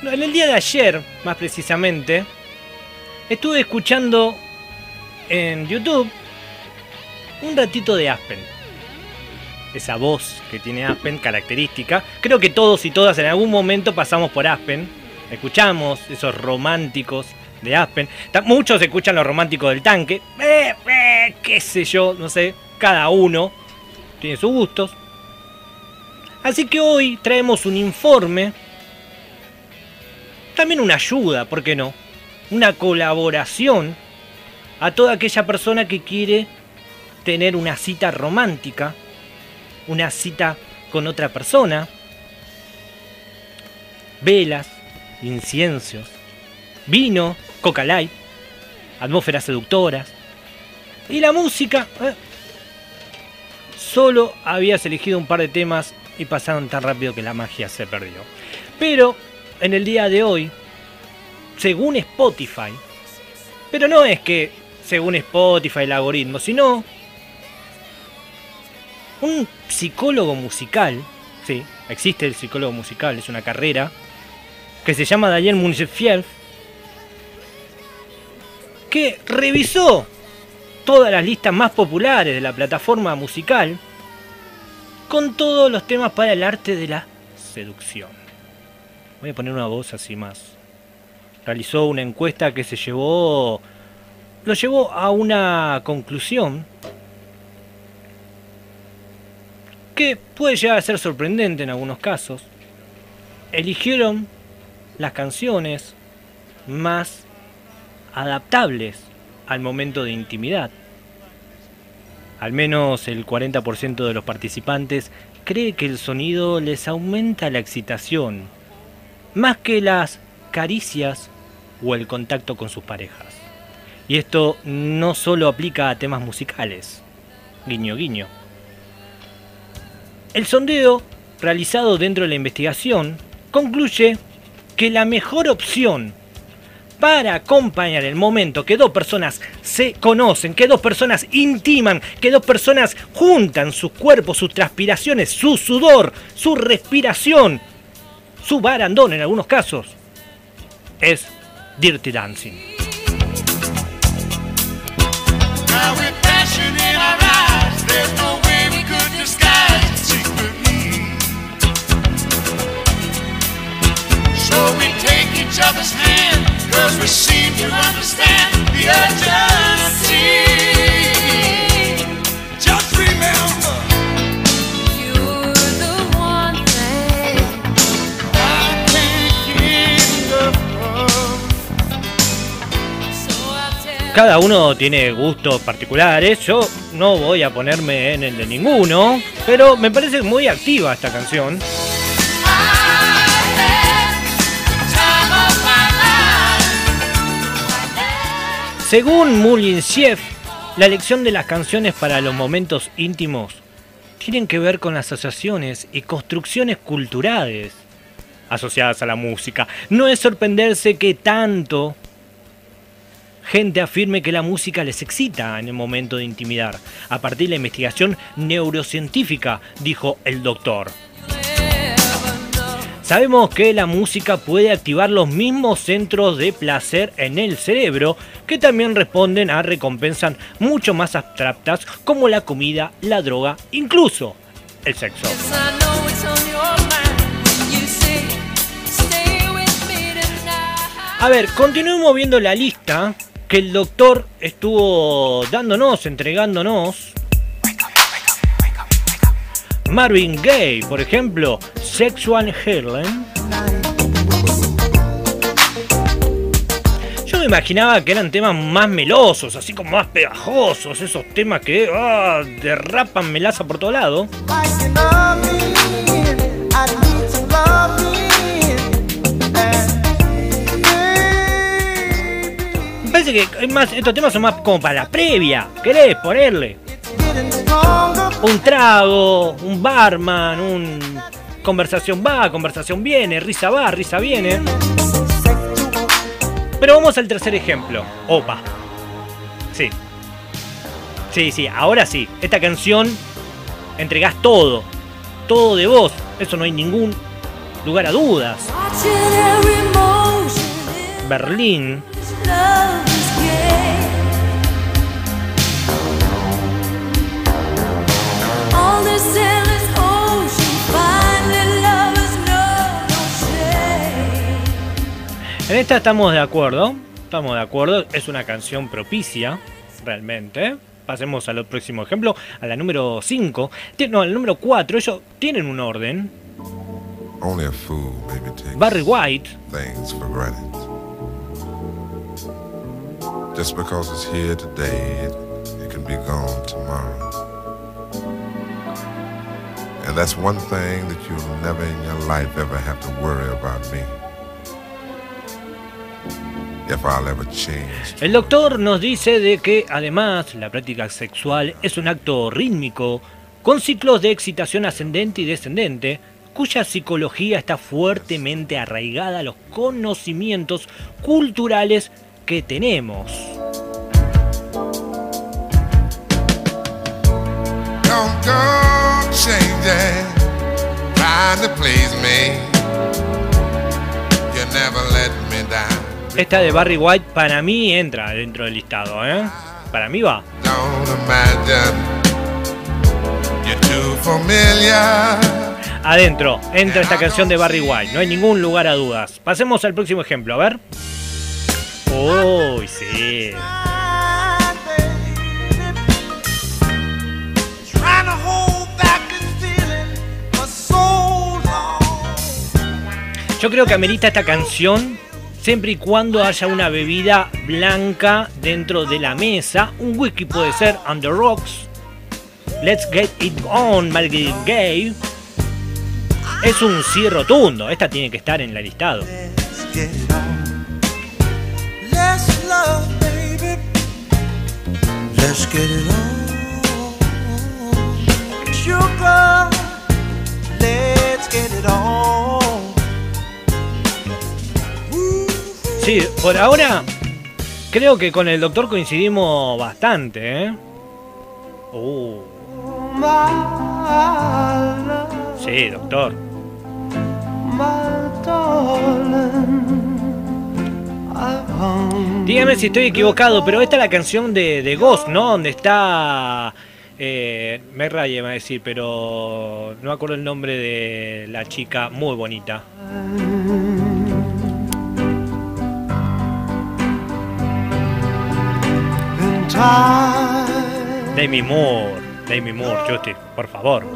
En el día de ayer, más precisamente, estuve escuchando en YouTube un ratito de Aspen. Esa voz que tiene Aspen, característica. Creo que todos y todas en algún momento pasamos por Aspen. Escuchamos esos románticos de Aspen. Muchos escuchan los románticos del Tanque. Qué sé yo, no sé. Cada uno tiene sus gustos. Así que hoy traemos un informe. También una ayuda, ¿por qué no? Una colaboración a toda aquella persona que quiere tener una cita romántica. Una cita con otra persona. Velas, inciensos, vino, Coca Light, atmósferas seductoras. Y la música... Solo habías elegido un par de temas y pasaron tan rápido que la magia se perdió. Pero en el día de hoy, según Spotify, pero no es que según Spotify el algoritmo, sino un psicólogo musical, sí, existe el psicólogo musical, es una carrera, que se llama Daniel Munchefield, que revisó todas las listas más populares de la plataforma musical con todos los temas para el arte de la seducción. Voy a poner una voz así más. Realizó una encuesta que lo llevó a una conclusión que puede llegar a ser sorprendente en algunos casos. Eligieron las canciones más adaptables al momento de intimidad. Al menos el 40% de los participantes cree que el sonido les aumenta la excitación, más que las caricias o el contacto con sus parejas. Y esto no solo aplica a temas musicales. Guiño, guiño. El sondeo realizado dentro de la investigación concluye que la mejor opción para acompañar el momento que dos personas se conocen, que dos personas intiman, que dos personas juntan sus cuerpos, sus transpiraciones, su sudor, su respiración, su barandón en algunos casos, es Dirty Dancing. Cause we seem to understand the urgency. Just remember, you're the one thing I can't get enough of. Cada uno tiene gustos particulares. Yo no voy a ponerme en el de ninguno, pero me parece muy activa esta canción. Según Mullinchef, la elección de las canciones para los momentos íntimos tienen que ver con las asociaciones y construcciones culturales asociadas a la música. No es sorprenderse que tanto gente afirme que la música les excita en el momento de intimidar. A partir de la investigación neurocientífica, dijo el doctor. Sabemos que la música puede activar los mismos centros de placer en el cerebro que también responden a recompensas mucho más abstractas como la comida, la droga, incluso el sexo. A ver, continuemos viendo la lista que el doctor estuvo entregándonos. Marvin Gaye, por ejemplo, Sexual Healing. Yo me imaginaba que eran temas más melosos, así como más pegajosos, esos temas que derrapan melaza por todo lado. Me parece que estos temas son más como para la previa. ¿Querés ponerle un trago, un barman, un conversación va, conversación viene, risa va, risa viene? Pero vamos al tercer ejemplo. Opa. Sí. Sí, ahora sí. Esta canción entregás todo de vos. Eso no hay ningún lugar a dudas. Berlín. En esta estamos de acuerdo, es una canción propicia, realmente. Pasemos al próximo ejemplo, a la número 5, no, al número 4, ellos tienen un orden. Only a fool maybe takes Barry White. Things for granted. Just because it's here today, it can be gone tomorrow. And that's one thing that you'll never in your life ever have to worry about me. If I'll ever change. El doctor nos dice de que además la práctica sexual es un acto rítmico con ciclos de excitación ascendente y descendente, cuya psicología está fuertemente arraigada a los conocimientos culturales que tenemos. Don't go changing, trying to please me. You never let me down. Esta de Barry White para mí entra dentro del listado, ¿eh? Para mí va. Don't imagine you're too familiar. Adentro, entra esta canción de Barry White, no hay ningún lugar a dudas. Pasemos al próximo ejemplo, a ver. ¡Uy, sí! Yo creo que amerita esta canción siempre y cuando haya una bebida blanca dentro de la mesa. Un whisky puede ser On the Rocks. Let's Get It On, Margaret Gay. Es un sí rotundo. Esta tiene que estar en el listado. Let's love, baby. Let's get it on. Sugar, let's get it on. Sí, por ahora creo que con el doctor coincidimos bastante, ¿eh? Sí, doctor. Dígame si estoy equivocado, pero esta es la canción de Ghost, ¿no? Donde está... me rayé, me va a decir, pero no me acuerdo el nombre de la chica, muy bonita. Demi Moore, Justy, por favor.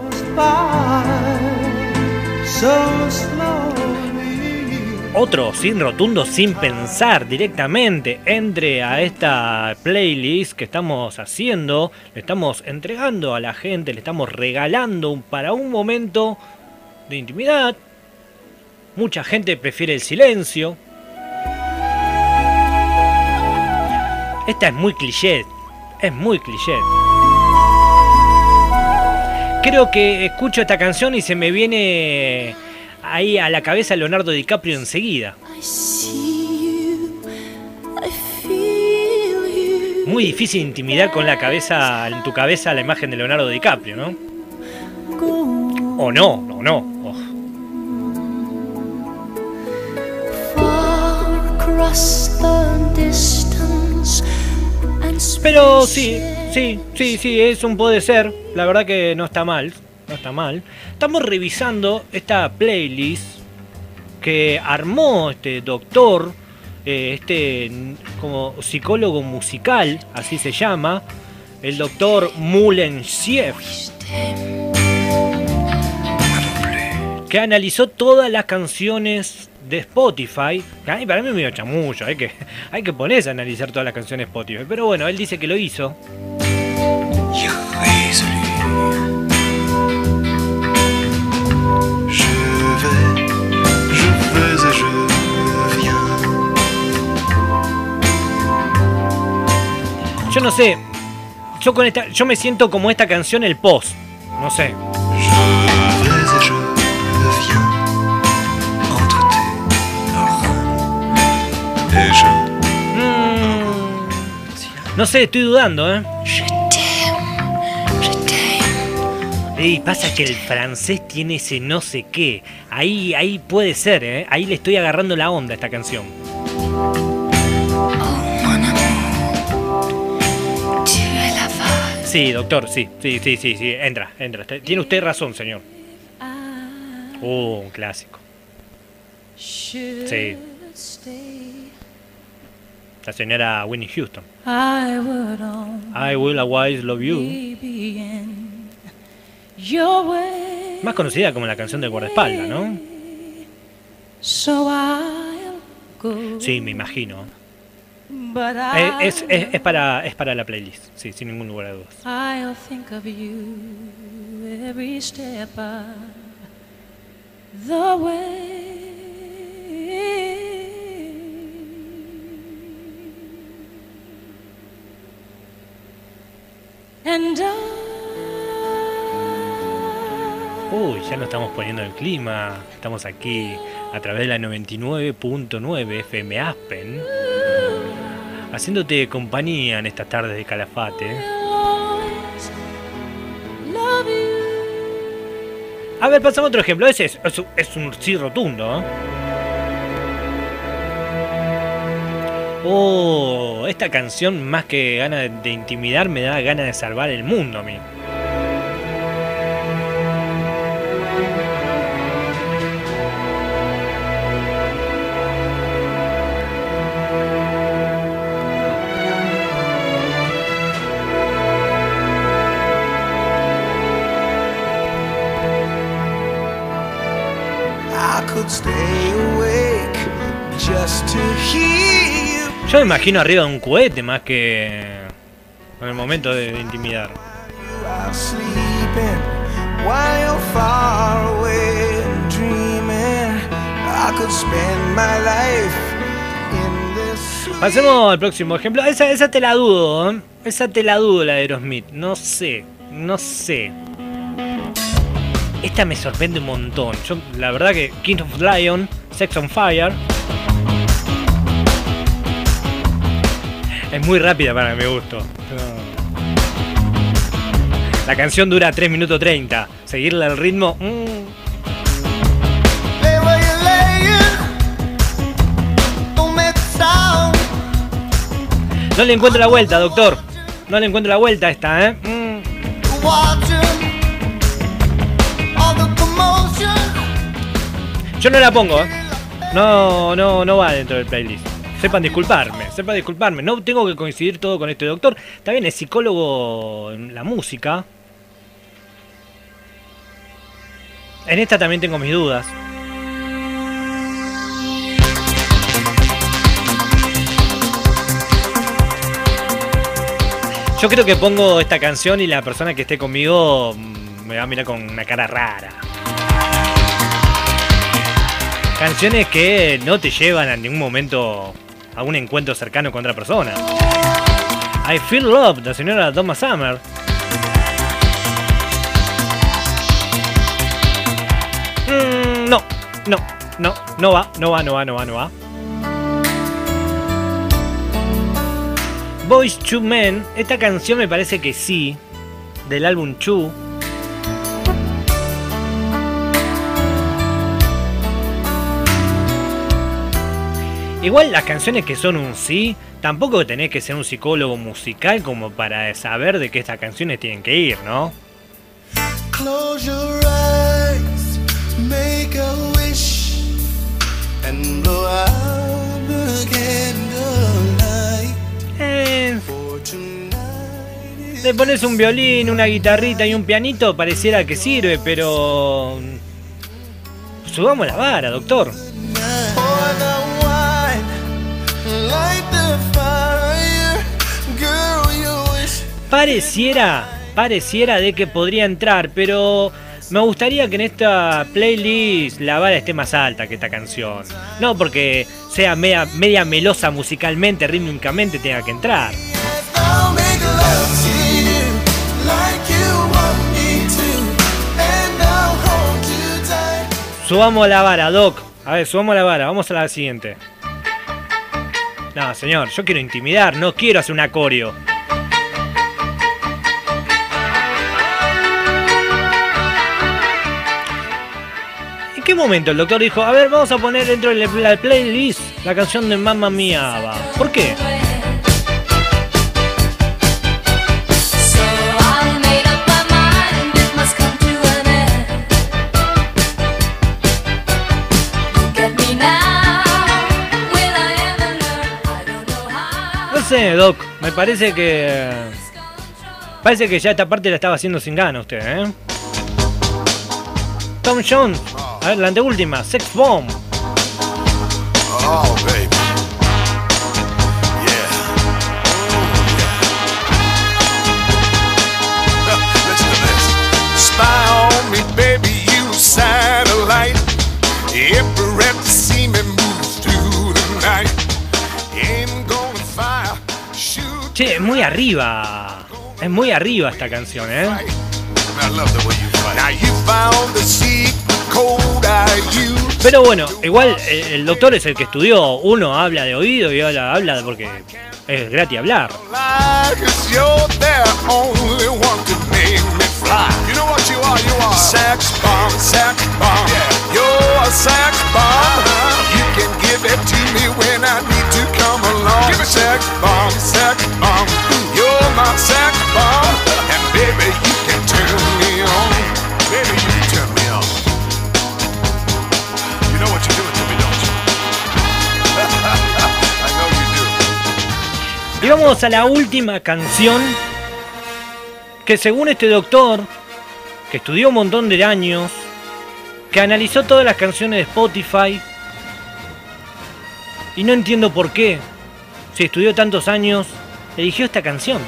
Otro sin rotundo, sin pensar, directamente entre a esta playlist que estamos haciendo, le estamos entregando a la gente, le estamos regalando para un momento de intimidad. Mucha gente prefiere el silencio. Esta es muy cliché, Creo que escucho esta canción y se me viene ahí a la cabeza Leonardo DiCaprio enseguida. Muy difícil intimidar con la cabeza, en tu cabeza, la imagen de Leonardo DiCaprio, ¿no? O no. Pero sí, es un puede ser. La verdad que no está mal. Estamos revisando esta playlist que armó este doctor, como psicólogo musical, así se llama, el doctor Mullenchef, que analizó todas las canciones de Spotify. Ay, para mí es medio chamullo, hay que ponerse a analizar todas las canciones de Spotify, pero bueno, él dice que lo hizo. Yo no sé, yo me siento como esta canción el post, no sé. No sé, estoy dudando, ¿eh? Y pasa que el francés tiene ese no sé qué. Ahí puede ser, ¿eh? Ahí le estoy agarrando la onda a esta canción. Sí, doctor, sí. Entra. Tiene usted razón, señor. Un clásico. Sí. La señora Whitney Houston. I will always love you. Más conocida como la canción del guardaespaldas, ¿no? Sí, me imagino. Es para la playlist, sí, sin ningún lugar a dudas. I'll think of you every step of the way. And uy, ya nos estamos poniendo el clima. Estamos aquí a través de la 99.9 FM Aspen, haciéndote compañía en estas tardes de Calafate. A ver, pasamos otro ejemplo. Ese es un sí rotundo, ¿eh? Oh, esta canción más que ganas de intimidar me da ganas de salvar el mundo a mí. Yo me imagino arriba de un cohete más que en el momento de intimidar. Pasemos al próximo ejemplo. Esa te la dudo, ¿eh? Esa te la dudo, la de Aerosmith. No sé. Esta me sorprende un montón. Yo, la verdad que King of Lion, Sex on Fire, es muy rápida para mi gusto. La canción dura 3 minutos 30. Seguirle el ritmo. No le encuentro la vuelta, doctor. No le encuentro la vuelta a esta, ¿eh? Yo no la pongo, ¿eh? No va dentro del playlist. Sepan disculparme. No tengo que coincidir todo con este doctor. También es psicólogo en la música. En esta también tengo mis dudas. Yo creo que pongo esta canción y la persona que esté conmigo me va a mirar con una cara rara. Canciones que no te llevan a ningún momento a un encuentro cercano con otra persona. I Feel Love, la señora Donna Summer. No va. Boyz II Men, esta canción me parece que sí, del álbum Chu. Igual las canciones que son un sí, tampoco tenés que ser un psicólogo musical como para saber de qué estas canciones tienen que ir, ¿no? Close your eyes, make a wish, and blow out the candlelight. Le pones un violín, una guitarrita y un pianito, pareciera que sirve, pero subamos la vara, doctor. Pareciera de que podría entrar, pero me gustaría que en esta playlist la vara esté más alta que esta canción. No porque sea media melosa musicalmente, rítmicamente tenga que entrar. Subamos la vara, Doc. A ver, subamos la vara, vamos a la siguiente. No, señor, yo quiero intimidar, no quiero hacer un coreo. momento el doctor dijo, a ver, vamos a poner dentro de la playlist la canción de Mamma Mia ABBA? ¿Por qué? No sé, Doc, me parece que... Parece que ya esta parte la estaba haciendo sin ganas usted, ¿eh? Tom Jones, a ver, la anteúltima, Sex Bomb. Oh, baby. Yeah. Listen to this. Spy on me, baby, you satellite. Every rep to see me move through the night. Aim gonna fire, shoot. Che, es muy arriba. Es muy arriba esta canción, ¿eh? I love the way you fight. Now you found the secret code I use. Pero bueno, igual el doctor es el que estudió. Uno habla de oído y habla de porque es gratis hablar. Sex bomb, sex bomb. Yeah. You're a sex bomb. You can give it to me when I need to come along. Give it sex bomb, sex bomb. You're my sex bomb. And baby, you can turn me on. Baby, you can turn me on. You know what you're doing to me, don't you? I know you do. Y vamos a la última canción que según este doctor, que estudió un montón de años, que analizó todas las canciones de Spotify, y no entiendo por qué, si estudió tantos años, eligió esta canción.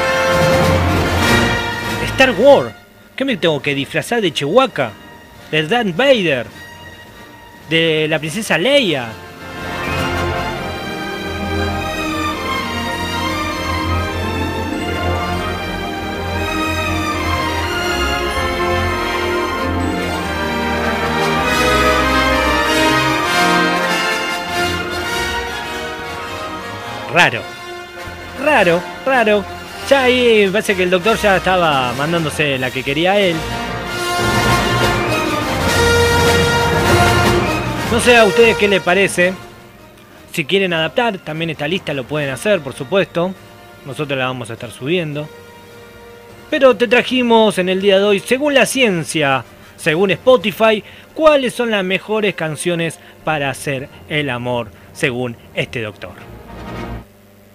Star Wars. ¿Qué me tengo que disfrazar de Chewbacca? De Darth Vader. De la princesa Leia. Raro. Ya ahí parece que el doctor ya estaba mandándose la que quería él. No sé a ustedes qué les parece. Si quieren adaptar, también esta lista lo pueden hacer, por supuesto. Nosotros la vamos a estar subiendo. Pero te trajimos en el día de hoy, según la ciencia, según Spotify, cuáles son las mejores canciones para hacer el amor, según este doctor.